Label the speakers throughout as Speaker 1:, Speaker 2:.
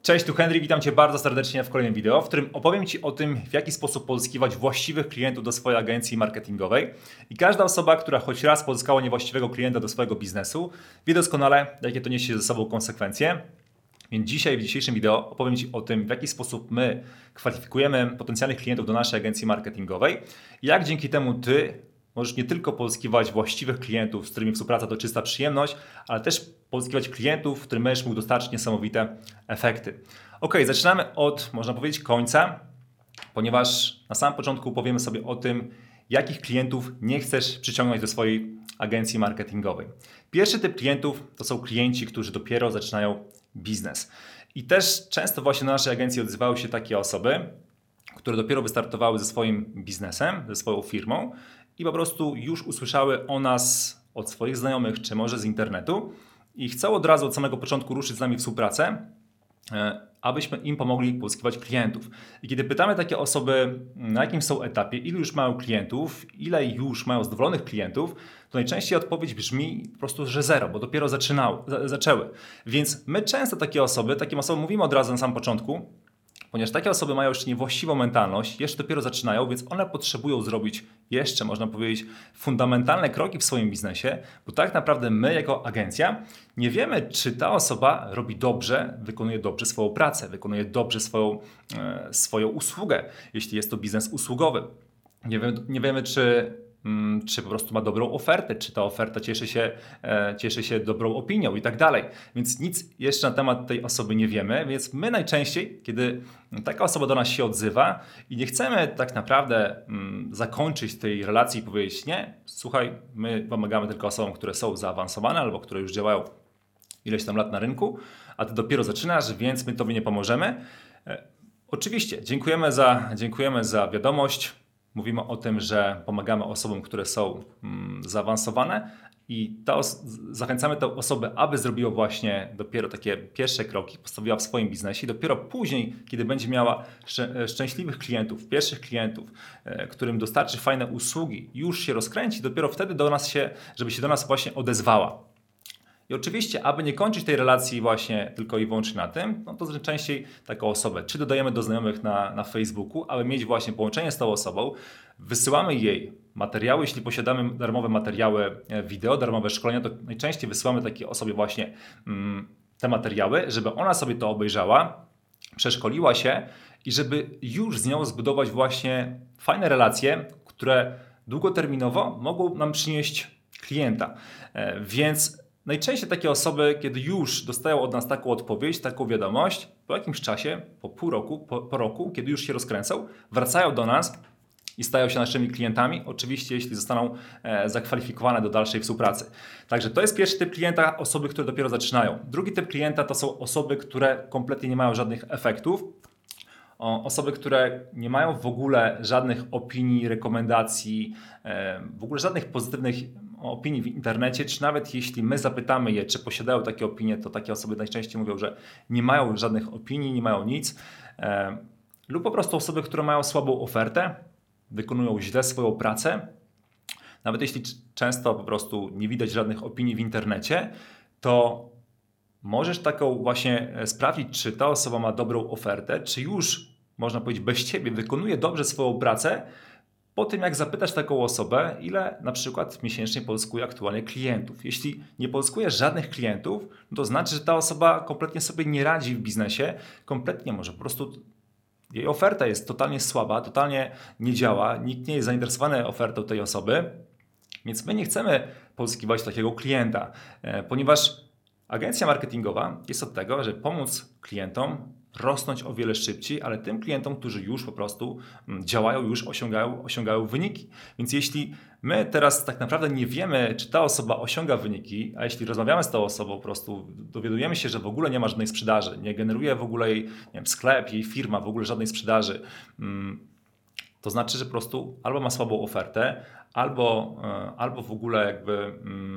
Speaker 1: Cześć, tu Henry, witam Cię bardzo serdecznie w kolejnym wideo, w którym opowiem Ci o tym, w jaki sposób pozyskiwać właściwych klientów do swojej agencji marketingowej. I każda osoba, która choć raz pozyskała niewłaściwego klienta do swojego biznesu, wie doskonale, jakie to niesie ze sobą konsekwencje. Więc dzisiaj, w dzisiejszym wideo opowiem Ci o tym, w jaki sposób my kwalifikujemy potencjalnych klientów do naszej agencji marketingowej i jak dzięki temu Ty możesz nie tylko pozyskiwać właściwych klientów, z którymi współpraca to czysta przyjemność, ale też pozyskiwać klientów, którym będziesz mógł dostarczyć niesamowite efekty. Ok, zaczynamy od, można powiedzieć, końca, ponieważ na samym początku powiemy sobie o tym, jakich klientów nie chcesz przyciągnąć do swojej agencji marketingowej. Pierwszy typ klientów to są klienci, którzy dopiero zaczynają biznes. I też często właśnie na naszej agencji odzywały się takie osoby, które dopiero wystartowały ze swoim biznesem, ze swoją firmą i po prostu już usłyszały o nas od swoich znajomych, czy może z internetu i chcą od razu od samego początku ruszyć z nami współpracę, abyśmy im pomogli pozyskiwać klientów. I kiedy pytamy takie osoby, na jakim są etapie, ilu już mają klientów, ile już mają zadowolonych klientów, to najczęściej odpowiedź brzmi po prostu, że zero, bo dopiero zaczęły. Więc my często takim osobom mówimy od razu na samym początku, ponieważ takie osoby mają jeszcze niewłaściwą mentalność, jeszcze dopiero zaczynają, więc one potrzebują zrobić jeszcze, można powiedzieć, fundamentalne kroki w swoim biznesie, bo tak naprawdę my jako agencja nie wiemy, czy ta osoba robi dobrze, wykonuje dobrze swoją pracę, wykonuje dobrze swoją usługę, jeśli jest to biznes usługowy. Nie wiemy, czy po prostu ma dobrą ofertę, czy ta oferta cieszy się dobrą opinią i tak dalej. Więc nic jeszcze na temat tej osoby nie wiemy, więc my najczęściej, kiedy taka osoba do nas się odzywa i nie chcemy tak naprawdę zakończyć tej relacji i powiedzieć nie, słuchaj, my pomagamy tylko osobom, które są zaawansowane albo które już działają ileś tam lat na rynku, a ty dopiero zaczynasz, więc my tobie nie pomożemy. Oczywiście, dziękujemy za wiadomość. Mówimy o tym, że pomagamy osobom, które są zaawansowane i zachęcamy tę osobę, aby zrobiła właśnie dopiero takie pierwsze kroki, postawiła w swoim biznesie i dopiero później, kiedy będzie miała szczęśliwych klientów, pierwszych klientów, którym dostarczy fajne usługi, już się rozkręci, dopiero wtedy żeby się do nas właśnie odezwała. I oczywiście, aby nie kończyć tej relacji właśnie tylko i wyłącznie na tym, no to najczęściej taką osobę, czy dodajemy do znajomych na Facebooku, aby mieć właśnie połączenie z tą osobą, wysyłamy jej materiały, jeśli posiadamy darmowe materiały wideo, darmowe szkolenia, to najczęściej wysyłamy takiej osobie właśnie te materiały, żeby ona sobie to obejrzała, przeszkoliła się i żeby już z nią zbudować właśnie fajne relacje, które długoterminowo mogą nam przynieść klienta. Więc najczęściej takie osoby, kiedy już dostają od nas taką odpowiedź, taką wiadomość, po jakimś czasie, po pół roku, po roku, kiedy już się rozkręcą, wracają do nas i stają się naszymi klientami, oczywiście jeśli zostaną zakwalifikowane do dalszej współpracy. Także to jest pierwszy typ klienta, osoby, które dopiero zaczynają. Drugi typ klienta to są osoby, które kompletnie nie mają żadnych efektów. Osoby, które nie mają w ogóle żadnych opinii, rekomendacji, w ogóle żadnych pozytywnych opinii w internecie, czy nawet jeśli my zapytamy je, czy posiadają takie opinie, to takie osoby najczęściej mówią, że nie mają żadnych opinii, nie mają nic. Lub po prostu osoby, które mają słabą ofertę, wykonują źle swoją pracę. Nawet jeśli często po prostu nie widać żadnych opinii w internecie, to możesz taką właśnie sprawdzić, czy ta osoba ma dobrą ofertę, czy już, można powiedzieć, bez ciebie wykonuje dobrze swoją pracę, po tym jak zapytasz taką osobę, ile na przykład miesięcznie pozyskuje aktualnie klientów. Jeśli nie pozyskuje żadnych klientów, no to znaczy, że ta osoba kompletnie sobie nie radzi w biznesie, kompletnie może po prostu jej oferta jest totalnie słaba, totalnie nie działa, nikt nie jest zainteresowany ofertą tej osoby, więc my nie chcemy pozyskiwać takiego klienta, ponieważ agencja marketingowa jest od tego, żeby pomóc klientom rosnąć o wiele szybciej, ale tym klientom, którzy już po prostu działają, już osiągają wyniki. Więc jeśli my teraz tak naprawdę nie wiemy, czy ta osoba osiąga wyniki, a jeśli rozmawiamy z tą osobą, po prostu dowiadujemy się, że w ogóle nie ma żadnej sprzedaży, nie generuje w ogóle jej, nie wiem, sklep, jej firma w ogóle żadnej sprzedaży, to znaczy, że po prostu albo ma słabą ofertę, albo w ogóle jakby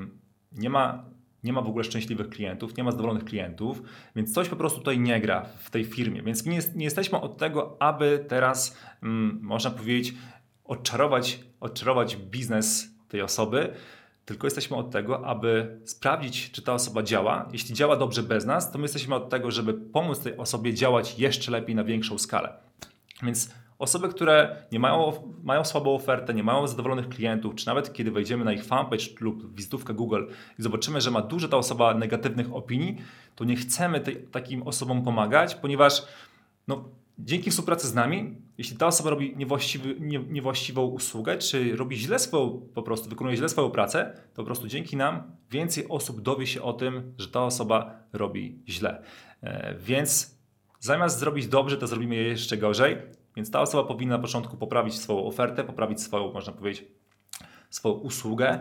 Speaker 1: nie ma w ogóle szczęśliwych klientów, nie ma zadowolonych klientów, więc coś po prostu tutaj nie gra w tej firmie. Więc nie jesteśmy od tego, aby teraz, można powiedzieć, odczarować biznes tej osoby, tylko jesteśmy od tego, aby sprawdzić, czy ta osoba działa. Jeśli działa dobrze bez nas, to my jesteśmy od tego, żeby pomóc tej osobie działać jeszcze lepiej na większą skalę. Więc osoby, które mają słabą ofertę, nie mają zadowolonych klientów, czy nawet kiedy wejdziemy na ich fanpage lub wizytówkę Google i zobaczymy, że ma dużo ta osoba negatywnych opinii, to nie chcemy takim osobom pomagać, ponieważ dzięki współpracy z nami, jeśli ta osoba robi niewłaściwą usługę, czy robi wykonuje źle swoją pracę, to po prostu dzięki nam więcej osób dowie się o tym, że ta osoba robi źle. Więc zamiast zrobić dobrze, to zrobimy je jeszcze gorzej. Więc ta osoba powinna na początku poprawić swoją ofertę, poprawić swoją, można powiedzieć, swoją usługę,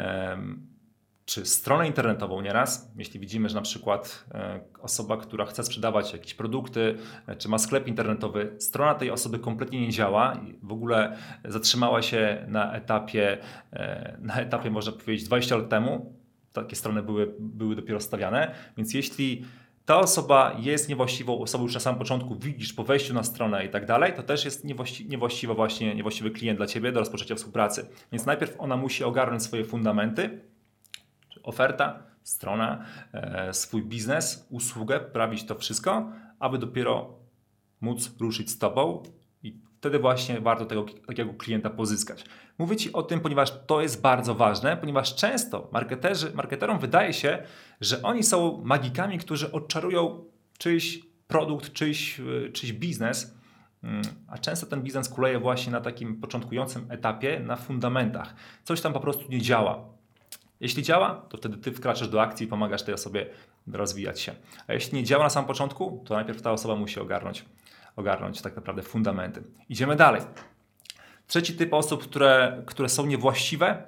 Speaker 1: czy stronę internetową nieraz. Jeśli widzimy, że na przykład osoba, która chce sprzedawać jakieś produkty, czy ma sklep internetowy, strona tej osoby kompletnie nie działa i w ogóle zatrzymała się na etapie można powiedzieć 20 lat temu. Takie strony były dopiero stawiane, więc jeśli ta osoba jest niewłaściwą osobą już na samym początku, widzisz po wejściu na stronę i tak dalej, to też jest niewłaściwy klient dla Ciebie do rozpoczęcia współpracy. Więc najpierw ona musi ogarnąć swoje fundamenty, oferta, strona, swój biznes, usługę, poprawić to wszystko, aby dopiero móc ruszyć z Tobą i wtedy właśnie warto takiego klienta pozyskać. Mówię Ci o tym, ponieważ to jest bardzo ważne, ponieważ często marketerom wydaje się, że oni są magikami, którzy odczarują czyjś produkt, czyjś biznes, a często ten biznes kuleje właśnie na takim początkującym etapie, na fundamentach. Coś tam po prostu nie działa. Jeśli działa, to wtedy Ty wkraczasz do akcji i pomagasz tej osobie rozwijać się. A jeśli nie działa na samym początku, to najpierw ta osoba musi ogarnąć tak naprawdę fundamenty. Idziemy dalej. Trzeci typ osób, które są niewłaściwe,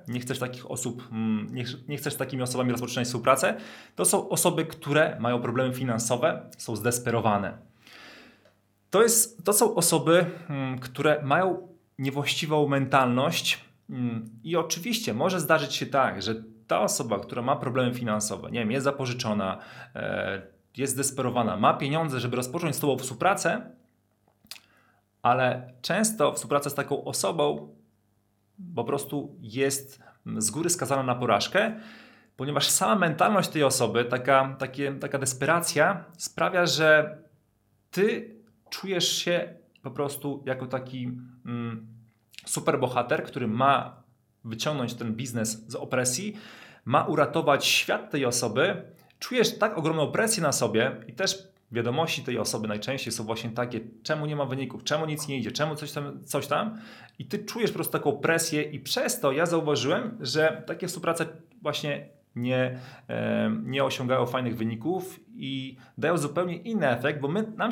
Speaker 1: nie chcesz z takimi osobami rozpoczynać współpracę, to są osoby, które mają problemy finansowe, są zdesperowane. To są osoby, które mają niewłaściwą mentalność i oczywiście może zdarzyć się tak, że ta osoba, która ma problemy finansowe, nie wiem, jest zapożyczona, jest zdesperowana, ma pieniądze, żeby rozpocząć z Tobą współpracę, ale często współpraca z taką osobą po prostu jest z góry skazana na porażkę, ponieważ sama mentalność tej osoby, taka desperacja sprawia, że Ty czujesz się po prostu jako taki superbohater, który ma wyciągnąć ten biznes z opresji, ma uratować świat tej osoby. Czujesz tak ogromną presję na sobie i też wiadomości tej osoby najczęściej są właśnie takie, czemu nie ma wyników, czemu nic nie idzie, czemu coś tam i ty czujesz po prostu taką presję i przez to ja zauważyłem, że takie współprace właśnie nie osiągają fajnych wyników i dają zupełnie inny efekt, bo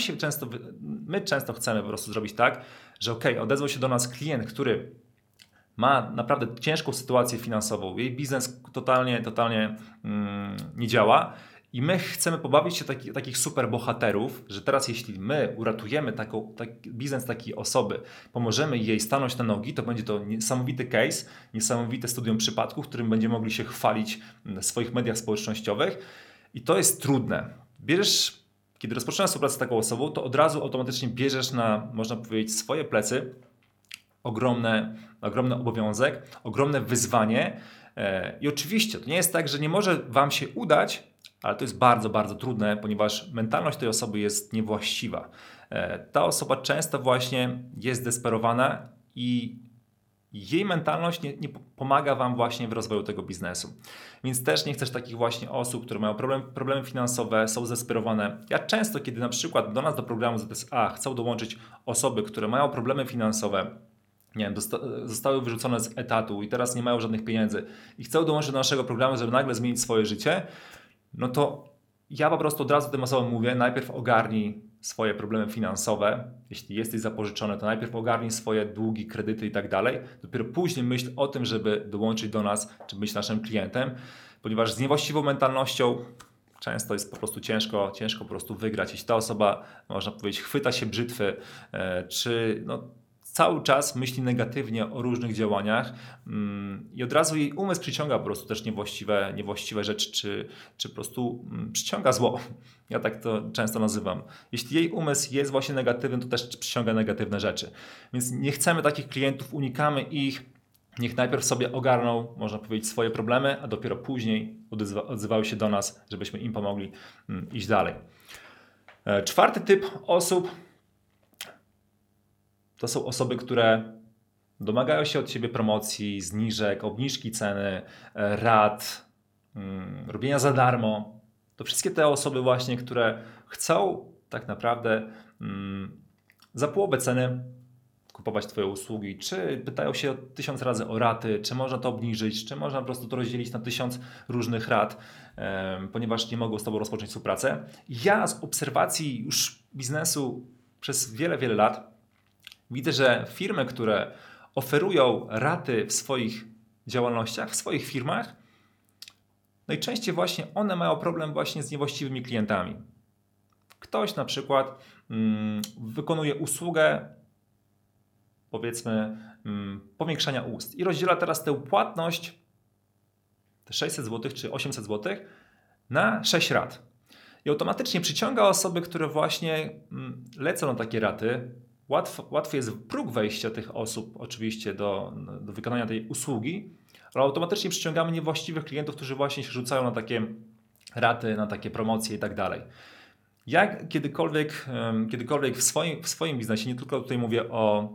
Speaker 1: my często chcemy po prostu zrobić tak, że odezwał się do nas klient, który ma naprawdę ciężką sytuację finansową, jej biznes totalnie nie działa i my chcemy pobawić się takich super bohaterów, że teraz jeśli my uratujemy biznes takiej osoby, pomożemy jej stanąć na nogi, to będzie to niesamowity case, niesamowite studium przypadków, którym będziemy mogli się chwalić w swoich mediach społecznościowych i to jest trudne. Kiedy rozpoczynasz współpracę z taką osobą, to od razu automatycznie bierzesz na, można powiedzieć, swoje plecy ogromny obowiązek, ogromne wyzwanie i oczywiście to nie jest tak, że nie może Wam się udać, ale to jest bardzo, bardzo trudne, ponieważ mentalność tej osoby jest niewłaściwa. Ta osoba często właśnie jest zdesperowana i jej mentalność nie pomaga Wam właśnie w rozwoju tego biznesu. Więc też nie chcesz takich właśnie osób, które mają problemy finansowe, są zdesperowane. Ja często, kiedy na przykład do nas do programu ZSA chcą dołączyć osoby, które mają problemy finansowe, nie wiem, zostały wyrzucone z etatu i teraz nie mają żadnych pieniędzy i chcą dołączyć do naszego programu, żeby nagle zmienić swoje życie, no to ja po prostu od razu tym osobom mówię, najpierw ogarnij swoje problemy finansowe, jeśli jesteś zapożyczony, to najpierw ogarnij swoje długi, kredyty i tak dalej, dopiero później myśl o tym, żeby dołączyć do nas, czy być naszym klientem, ponieważ z niewłaściwą mentalnością często jest po prostu ciężko po prostu wygrać. Jeśli ta osoba, można powiedzieć, chwyta się brzytwy, czy cały czas myśli negatywnie o różnych działaniach i od razu jej umysł przyciąga po prostu też niewłaściwe rzeczy, czy po prostu przyciąga zło. Ja tak to często nazywam. Jeśli jej umysł jest właśnie negatywny, to też przyciąga negatywne rzeczy. Więc nie chcemy takich klientów, unikamy ich. niech najpierw sobie ogarną, można powiedzieć, swoje problemy, a dopiero później odzywały się do nas, żebyśmy im pomogli iść dalej. Czwarty typ osób to są osoby, które domagają się od Ciebie promocji, zniżek, obniżki ceny, rad, robienia za darmo. To wszystkie te osoby właśnie, które chcą tak naprawdę za połowę ceny kupować Twoje usługi, czy pytają się 1000 razy o raty, czy można to obniżyć, czy można po prostu to rozdzielić na 1000 różnych rat, ponieważ nie mogą z Tobą rozpocząć współpracę. Ja z obserwacji już biznesu przez wiele, wiele lat widzę, że firmy, które oferują raty w swoich działalnościach, w swoich firmach, najczęściej właśnie one mają problem właśnie z niewłaściwymi klientami. Ktoś na przykład wykonuje usługę, powiedzmy, powiększania ust i rozdziela teraz tę płatność, te 600 zł czy 800 zł na 6 rat. I automatycznie przyciąga osoby, które właśnie lecą na takie raty. Łatwy jest próg wejścia tych osób oczywiście do wykonania tej usługi, ale automatycznie przyciągamy niewłaściwych klientów, którzy właśnie się rzucają na takie raty, na takie promocje i tak dalej. Ja kiedykolwiek w swoim biznesie, nie tylko tutaj mówię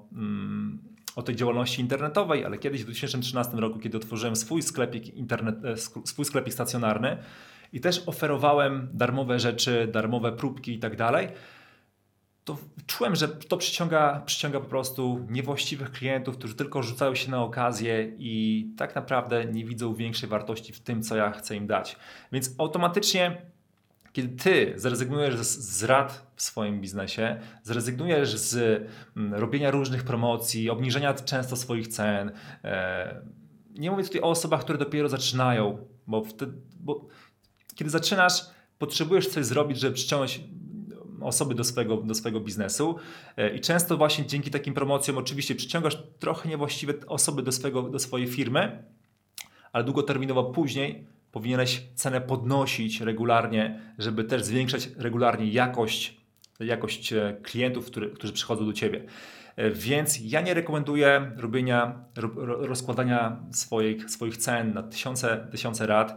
Speaker 1: o tej działalności internetowej, ale kiedyś w 2013 roku, kiedy otworzyłem swój sklepik stacjonarny i też oferowałem darmowe rzeczy, darmowe próbki i tak dalej, to czułem, że to przyciąga po prostu niewłaściwych klientów, którzy tylko rzucają się na okazję i tak naprawdę nie widzą większej wartości w tym, co ja chcę im dać. Więc automatycznie, kiedy Ty zrezygnujesz z rad w swoim biznesie, zrezygnujesz z robienia różnych promocji, obniżenia często swoich cen, nie mówię tutaj o osobach, które dopiero zaczynają, bo kiedy zaczynasz, potrzebujesz coś zrobić, żeby przyciągnąć osoby do swojego biznesu i często właśnie dzięki takim promocjom oczywiście przyciągasz trochę niewłaściwe osoby do swojej firmy, ale długoterminowo później powinieneś cenę podnosić regularnie, żeby też zwiększać regularnie jakość klientów, którzy przychodzą do Ciebie. Więc ja nie rekomenduję rozkładania swoich cen na tysiące rat,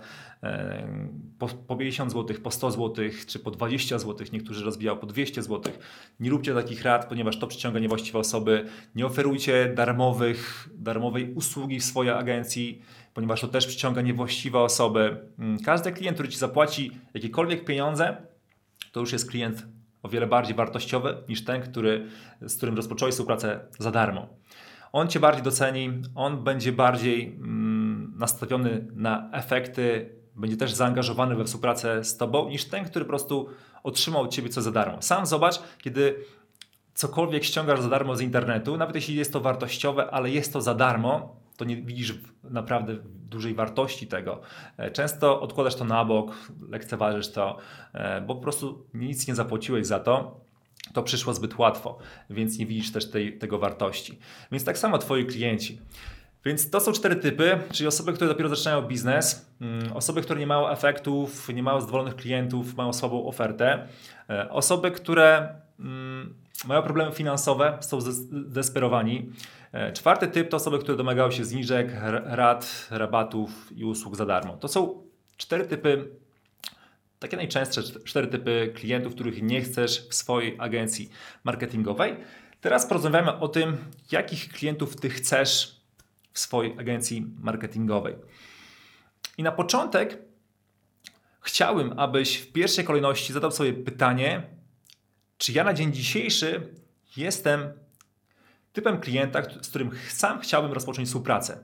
Speaker 1: po 50 zł, po 100 zł, czy po 20 zł, niektórzy rozbijają po 200 zł. Nie róbcie takich rat, ponieważ to przyciąga niewłaściwe osoby. Nie oferujcie darmowej usługi w swojej agencji, ponieważ to też przyciąga niewłaściwe osoby. Każdy klient, który Ci zapłaci jakiekolwiek pieniądze, to już jest klient o wiele bardziej wartościowy niż ten, z którym rozpocząłeś współpracę za darmo. On Cię bardziej doceni, on będzie bardziej nastawiony na efekty, będzie też zaangażowany we współpracę z Tobą niż ten, który po prostu otrzymał od Ciebie coś za darmo. Sam zobacz, kiedy cokolwiek ściągasz za darmo z internetu, nawet jeśli jest to wartościowe, ale jest to za darmo, to nie widzisz naprawdę dużej wartości tego. Często odkładasz to na bok, lekceważysz to, bo po prostu nic nie zapłaciłeś za to. To przyszło zbyt łatwo, więc nie widzisz też tego wartości. Więc tak samo Twoi klienci. Więc to są 4 typy, czyli osoby, które dopiero zaczynają biznes, osoby, które nie mają efektów, nie mają zadowolonych klientów, mają słabą ofertę, osoby, które mają problemy finansowe, są zdesperowani. 4 typ to osoby, które domagają się zniżek, rat, rabatów i usług za darmo. To są 4 typy, takie najczęstsze 4 typy klientów, których nie chcesz w swojej agencji marketingowej. Teraz porozmawiamy o tym, jakich klientów Ty chcesz w swojej agencji marketingowej. I na początek chciałbym, abyś w pierwszej kolejności zadał sobie pytanie, czy ja na dzień dzisiejszy jestem typem klienta, z którym sam chciałbym rozpocząć współpracę.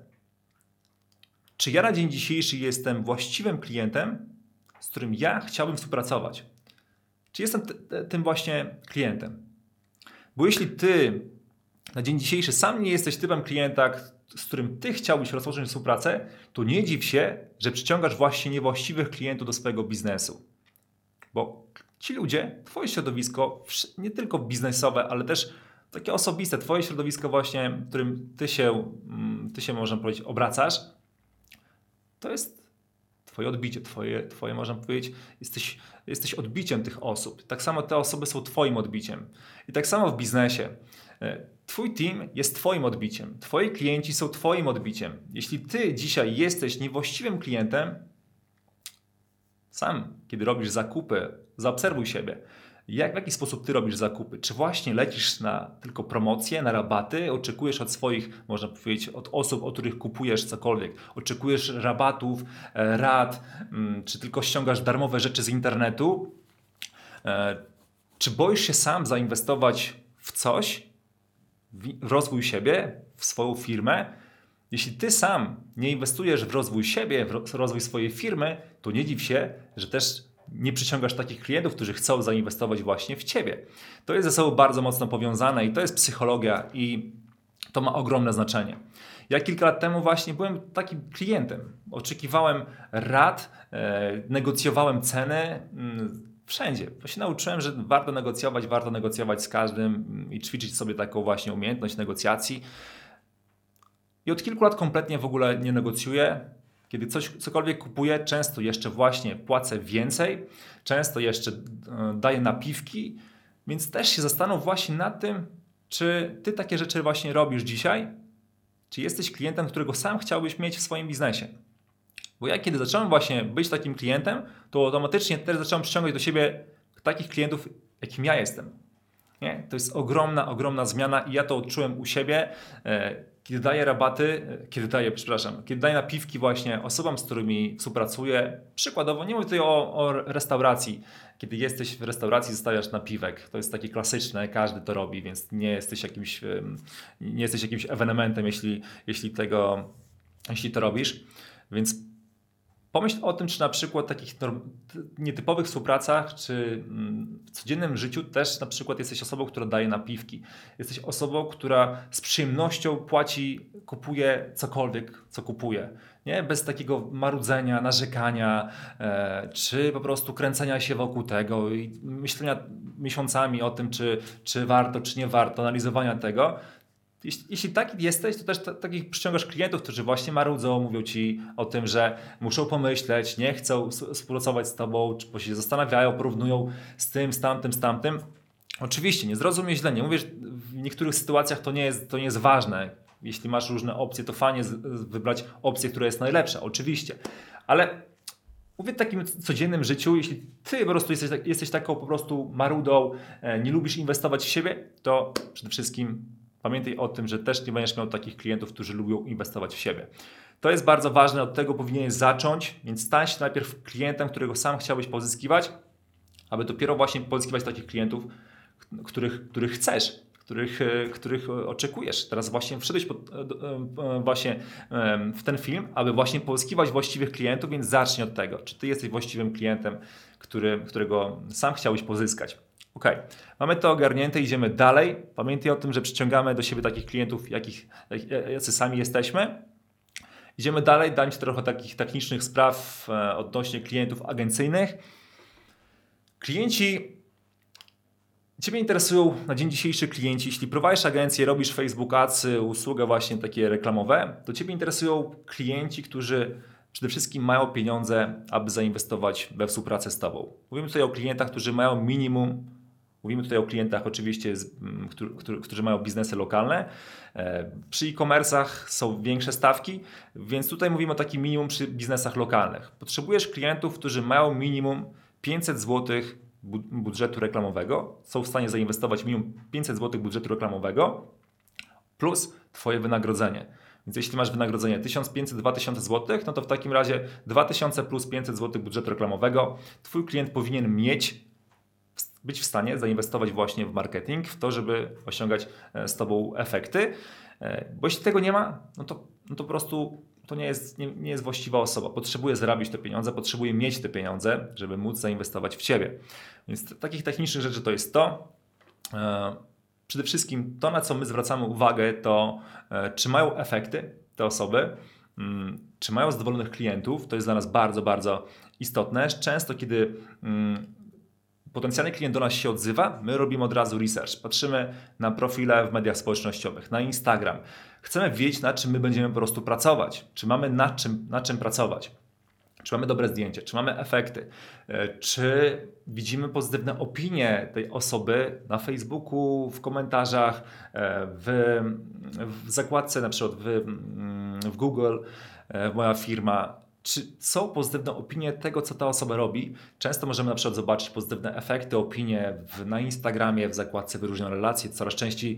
Speaker 1: Czy ja na dzień dzisiejszy jestem właściwym klientem, z którym ja chciałbym współpracować? Czy jestem tym właśnie klientem? Bo jeśli Ty na dzień dzisiejszy sam nie jesteś typem klienta, z którym Ty chciałbyś rozpocząć współpracę, to nie dziw się, że przyciągasz właśnie niewłaściwych klientów do swojego biznesu. Bo ci ludzie, Twoje środowisko, nie tylko biznesowe, ale też takie osobiste, Twoje środowisko właśnie, którym Ty się można powiedzieć, obracasz, to Twoje odbicie, twoje można powiedzieć, jesteś odbiciem tych osób. Tak samo te osoby są twoim odbiciem. I tak samo w biznesie. Twój team jest twoim odbiciem. Twoi klienci są twoim odbiciem. Jeśli ty dzisiaj jesteś niewłaściwym klientem, sam, kiedy robisz zakupy, zaobserwuj siebie. W jaki sposób ty robisz zakupy? Czy właśnie lecisz na tylko promocje, na rabaty? Oczekujesz od swoich, można powiedzieć, od osób, od których kupujesz cokolwiek? Oczekujesz rabatów, rad? Czy tylko ściągasz darmowe rzeczy z internetu? Czy boisz się sam zainwestować w coś, w rozwój siebie, w swoją firmę? Jeśli ty sam nie inwestujesz w rozwój siebie, w rozwój swojej firmy, to nie dziw się, że też nie przyciągasz takich klientów, którzy chcą zainwestować właśnie w ciebie. To jest ze sobą bardzo mocno powiązane i to jest psychologia i to ma ogromne znaczenie. Ja kilka lat temu właśnie byłem takim klientem. Oczekiwałem rad, negocjowałem ceny wszędzie. Bo się nauczyłem, że warto negocjować z każdym i ćwiczyć sobie taką właśnie umiejętność negocjacji. I od kilku lat kompletnie w ogóle nie negocjuję. Kiedy cokolwiek kupuję, często jeszcze właśnie płacę więcej, często jeszcze daję napiwki, więc też się zastanów właśnie nad tym, czy ty takie rzeczy właśnie robisz dzisiaj, czy jesteś klientem, którego sam chciałbyś mieć w swoim biznesie. Bo ja kiedy zacząłem właśnie być takim klientem, to automatycznie też zacząłem przyciągać do siebie takich klientów, jakim ja jestem. Nie? To jest ogromna zmiana i ja to odczułem u siebie, kiedy daję rabaty, kiedy daję napiwki właśnie osobom, z którymi współpracuję. Przykładowo, nie mówię tutaj o restauracji. Kiedy jesteś w restauracji, zostawiasz napiwek. To jest takie klasyczne, każdy to robi, więc nie jesteś jakimś ewenementem, jeśli to robisz. Więc pomyśl o tym, czy na przykład w takich nietypowych współpracach, czy w codziennym życiu też na przykład jesteś osobą, która daje napiwki. Jesteś osobą, która z przyjemnością kupuje cokolwiek, co kupuje. Nie? Bez takiego marudzenia, narzekania, czy po prostu kręcenia się wokół tego i myślenia miesiącami o tym, czy warto, czy nie warto, analizowania tego. Jeśli taki jesteś, to też takich przyciągasz klientów, którzy właśnie marudzą, mówią ci o tym, że muszą pomyśleć, nie chcą współpracować z tobą, bo się zastanawiają, porównują z tym, z tamtym. Oczywiście, nie zrozum mnie źle, nie mówię, że w niektórych sytuacjach to nie jest ważne. Jeśli masz różne opcje, to fajnie wybrać opcję, która jest najlepsza, oczywiście. Ale mówię w takim codziennym życiu, jeśli ty po prostu jesteś taką po prostu marudą, nie lubisz inwestować w siebie, to przede wszystkim pamiętaj o tym, że też nie będziesz miał takich klientów, którzy lubią inwestować w siebie. To jest bardzo ważne, od tego powinieneś zacząć, więc stań się najpierw klientem, którego sam chciałbyś pozyskiwać, aby dopiero właśnie pozyskiwać takich klientów, których chcesz, których oczekujesz. Teraz właśnie wszedłeś właśnie w ten film, aby właśnie pozyskiwać właściwych klientów, więc zacznij od tego, czy ty jesteś właściwym klientem, którego sam chciałbyś pozyskać. Ok, mamy to ogarnięte, idziemy dalej. Pamiętaj o tym, że przyciągamy do siebie takich klientów, jacy sami jesteśmy. Idziemy dalej, dam ci trochę takich technicznych spraw odnośnie klientów agencyjnych. Ciebie interesują na dzień dzisiejszy klienci. Jeśli prowadzisz agencję, robisz Facebook Ads, usługę właśnie takie reklamowe, to Ciebie interesują klienci, którzy przede wszystkim mają pieniądze, aby zainwestować we współpracę z Tobą. Mówimy tutaj o klientach, którzy mają minimum. Mówimy tutaj o klientach oczywiście, którzy mają biznesy lokalne. Przy e-commerce'ach są większe stawki, więc tutaj mówimy o takim minimum przy biznesach lokalnych. Potrzebujesz klientów, którzy mają minimum 500 zł budżetu reklamowego, są w stanie zainwestować minimum 500 zł budżetu reklamowego plus Twoje wynagrodzenie. Więc jeśli masz wynagrodzenie 1500-2000 zł, no to w takim razie 2000 plus 500 zł budżetu reklamowego Twój klient powinien być w stanie zainwestować właśnie w marketing, w to, żeby osiągać z Tobą efekty. Bo jeśli tego nie ma, no to po prostu to nie jest właściwa osoba. Potrzebuje zarabiać te pieniądze, potrzebuje mieć te pieniądze, żeby móc zainwestować w Ciebie. Więc takich technicznych rzeczy to jest to. Przede wszystkim to, na co my zwracamy uwagę, to czy mają efekty te osoby, czy mają zadowolonych klientów. To jest dla nas bardzo, bardzo istotne. Często, kiedy potencjalny klient do nas się odzywa, my robimy od razu research. Patrzymy na profile w mediach społecznościowych, na Instagram. Chcemy wiedzieć, nad czym my będziemy po prostu pracować. Czy mamy nad czym pracować. czy mamy dobre zdjęcie, czy mamy efekty, czy widzimy pozytywne opinie tej osoby na Facebooku, w komentarzach, w zakładce na przykład w Google, moja firma. Czy są pozytywne opinie tego, co ta osoba robi? Często możemy na przykład zobaczyć pozytywne efekty, opinie na Instagramie, w zakładce wyróżnione relacje. Coraz częściej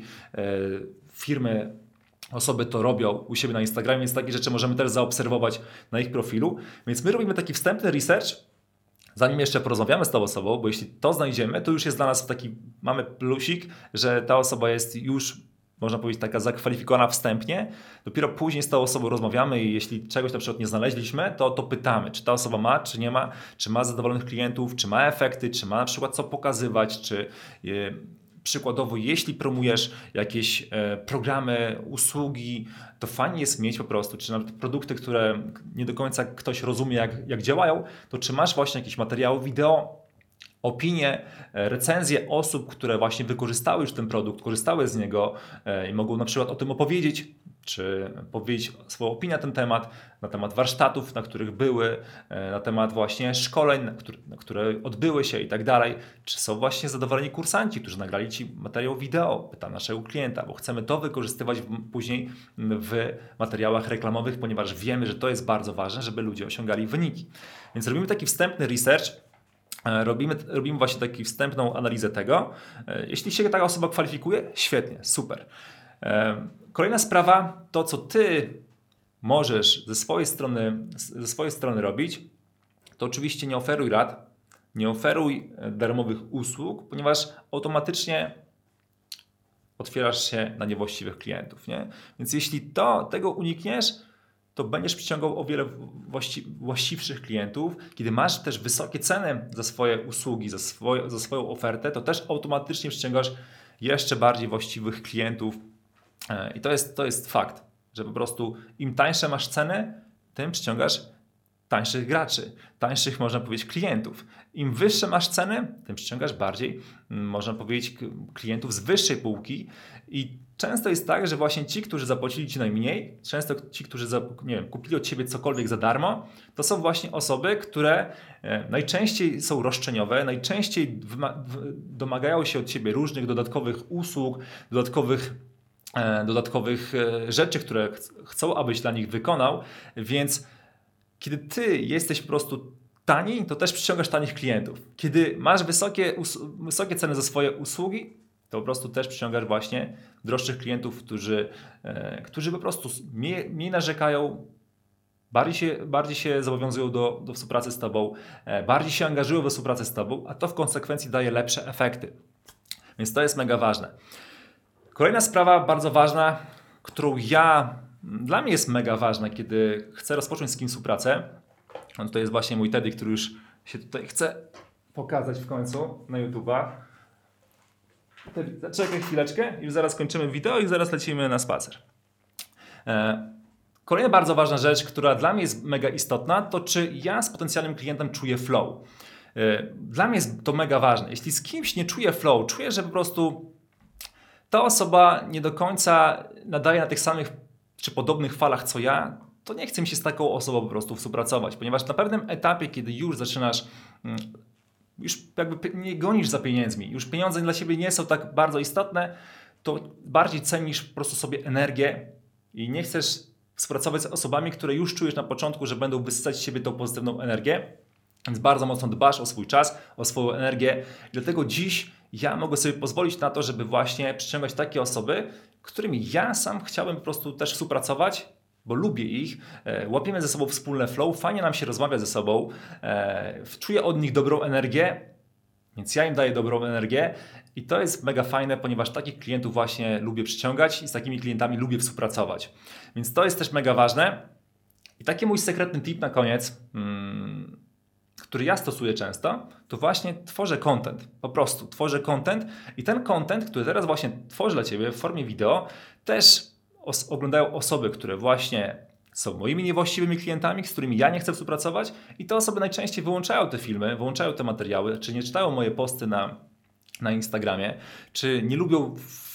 Speaker 1: firmy, osoby to robią u siebie na Instagramie, więc takie rzeczy możemy też zaobserwować na ich profilu. Więc my robimy taki wstępny research, zanim jeszcze porozmawiamy z tą osobą, bo jeśli to znajdziemy, to już jest dla nas taki, mamy plusik, że ta osoba jest już, można powiedzieć, taka zakwalifikowana wstępnie. Dopiero później z tą osobą rozmawiamy i jeśli czegoś na przykład nie znaleźliśmy, to pytamy, czy ta osoba ma, czy nie ma, czy ma zadowolonych klientów, czy ma efekty, czy ma na przykład co pokazywać, czy przykładowo, jeśli promujesz jakieś programy, usługi, to fajnie jest mieć po prostu, czy nawet produkty, które nie do końca ktoś rozumie, jak działają, to czy masz właśnie jakieś materiały wideo, opinie, recenzje osób, które właśnie wykorzystały już ten produkt, korzystały z niego i mogą na przykład o tym opowiedzieć, czy powiedzieć swoją opinię na ten temat, na temat warsztatów, na których były, na temat właśnie szkoleń, które odbyły się i tak dalej. Czy są właśnie zadowoleni kursanci, którzy nagrali Ci materiał wideo, pyta naszego klienta, bo chcemy to wykorzystywać później w materiałach reklamowych, ponieważ wiemy, że to jest bardzo ważne, żeby ludzie osiągali wyniki. Więc robimy taki wstępny research, robimy właśnie taką wstępną analizę tego. Jeśli się taka osoba kwalifikuje, świetnie, super. Kolejna sprawa, to co Ty możesz ze swojej strony robić, to oczywiście nie oferuj rad, nie oferuj darmowych usług, ponieważ automatycznie otwierasz się na niewłaściwych klientów. Nie? Więc jeśli tego unikniesz, to będziesz przyciągał o wiele właściwszych klientów. Kiedy masz też wysokie ceny za swoje usługi, za swoją ofertę, to też automatycznie przyciągasz jeszcze bardziej właściwych klientów. I to jest fakt, że po prostu im tańsze masz ceny, tym przyciągasz tańszych graczy, tańszych, można powiedzieć, klientów. Im wyższe masz ceny, tym przyciągasz bardziej, można powiedzieć, klientów z wyższej półki i często jest tak, że właśnie ci, którzy zapłacili Ci najmniej, często ci, którzy kupili od Ciebie cokolwiek za darmo, to są właśnie osoby, które najczęściej są roszczeniowe, najczęściej domagają się od Ciebie różnych dodatkowych usług, dodatkowych rzeczy, które chcą, abyś dla nich wykonał, więc kiedy Ty jesteś po prostu tani, to też przyciągasz tanich klientów. Kiedy masz wysokie ceny za swoje usługi, to po prostu też przyciągasz właśnie droższych klientów, którzy po prostu mniej narzekają, bardziej się zobowiązują do współpracy z Tobą, bardziej się angażują we współpracę z Tobą, a to w konsekwencji daje lepsze efekty. Więc to jest mega ważne. Kolejna sprawa bardzo ważna, dla mnie jest mega ważna, kiedy chcę rozpocząć z kimś współpracę. To jest właśnie mój Teddy, który już się tutaj chce pokazać w końcu na YouTube'a. Czekaj chwileczkę, już zaraz kończymy wideo i zaraz lecimy na spacer. Kolejna bardzo ważna rzecz, która dla mnie jest mega istotna, to czy ja z potencjalnym klientem czuję flow. Dla mnie jest to mega ważne. Jeśli z kimś nie czuję flow, czuję, że po prostu ta osoba nie do końca nadaje na tych samych czy podobnych falach co ja, to nie chcę mi się z taką osobą po prostu współpracować, ponieważ na pewnym etapie, kiedy już zaczynasz, już jakby nie gonisz za pieniędzmi, już pieniądze dla siebie nie są tak bardzo istotne, to bardziej cenisz po prostu sobie energię i nie chcesz współpracować z osobami, które już czujesz na początku, że będą wysysać z siebie tą pozytywną energię, więc bardzo mocno dbasz o swój czas, o swoją energię. Dlatego dziś ja mogę sobie pozwolić na to, żeby właśnie przyciągać takie osoby, którymi ja sam chciałbym po prostu też współpracować, bo lubię ich, łapiemy ze sobą wspólne flow, fajnie nam się rozmawia ze sobą, czuję od nich dobrą energię, więc ja im daję dobrą energię i to jest mega fajne, ponieważ takich klientów właśnie lubię przyciągać i z takimi klientami lubię współpracować. Więc to jest też mega ważne. I taki mój sekretny tip na koniec, który ja stosuję często, to właśnie tworzę content. Po prostu tworzę content i ten content, który teraz właśnie tworzę dla Ciebie w formie wideo, też oglądają osoby, które właśnie są moimi niewłaściwymi klientami, z którymi ja nie chcę współpracować i te osoby najczęściej wyłączają te filmy, wyłączają te materiały, czy nie czytają moje posty na Instagramie, czy nie lubią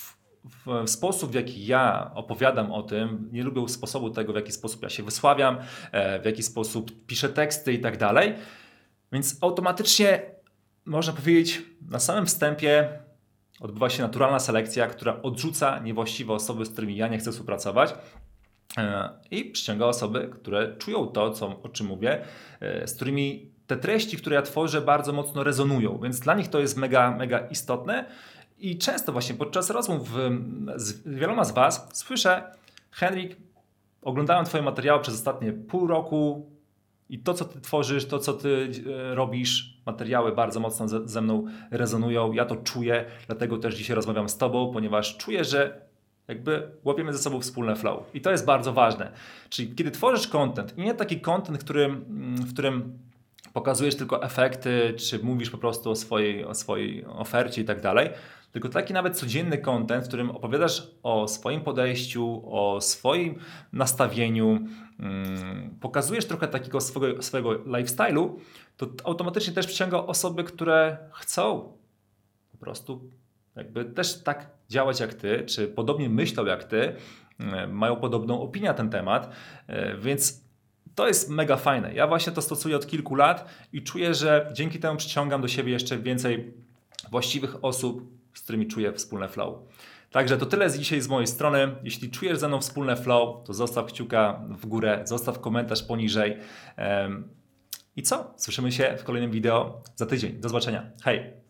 Speaker 1: w sposób, w jaki ja opowiadam o tym, nie lubią sposobu tego, w jaki sposób ja się wysławiam, w jaki sposób piszę teksty i tak dalej. Więc automatycznie można powiedzieć, na samym wstępie odbywa się naturalna selekcja, która odrzuca niewłaściwe osoby, z którymi ja nie chcę współpracować i przyciąga osoby, które czują to, o czym mówię, z którymi te treści, które ja tworzę, bardzo mocno rezonują, więc dla nich to jest mega, mega istotne. I często właśnie podczas rozmów z wieloma z Was słyszę: Henryk, oglądałem Twoje materiały przez ostatnie pół roku i to, co Ty tworzysz, to, co Ty robisz, materiały bardzo mocno ze mną rezonują, ja to czuję, dlatego też dzisiaj rozmawiam z Tobą, ponieważ czuję, że jakby łapiemy ze sobą wspólne flow. I to jest bardzo ważne. Czyli kiedy tworzysz content, i nie taki content, w którym pokazujesz tylko efekty, czy mówisz po prostu o swojej ofercie i tak dalej, tylko taki nawet codzienny content, w którym opowiadasz o swoim podejściu, o swoim nastawieniu, pokazujesz trochę takiego swojego lifestyle'u, to automatycznie też przyciąga osoby, które chcą po prostu jakby też tak działać jak ty, czy podobnie myślą jak ty, mają podobną opinię na ten temat, więc to jest mega fajne. Ja właśnie to stosuję od kilku lat i czuję, że dzięki temu przyciągam do siebie jeszcze więcej właściwych osób, z którymi czuję wspólne flow. Także to tyle dzisiaj z mojej strony. Jeśli czujesz ze mną wspólne flow, to zostaw kciuka w górę, zostaw komentarz poniżej. I co? Słyszymy się w kolejnym wideo za tydzień. Do zobaczenia. Hej!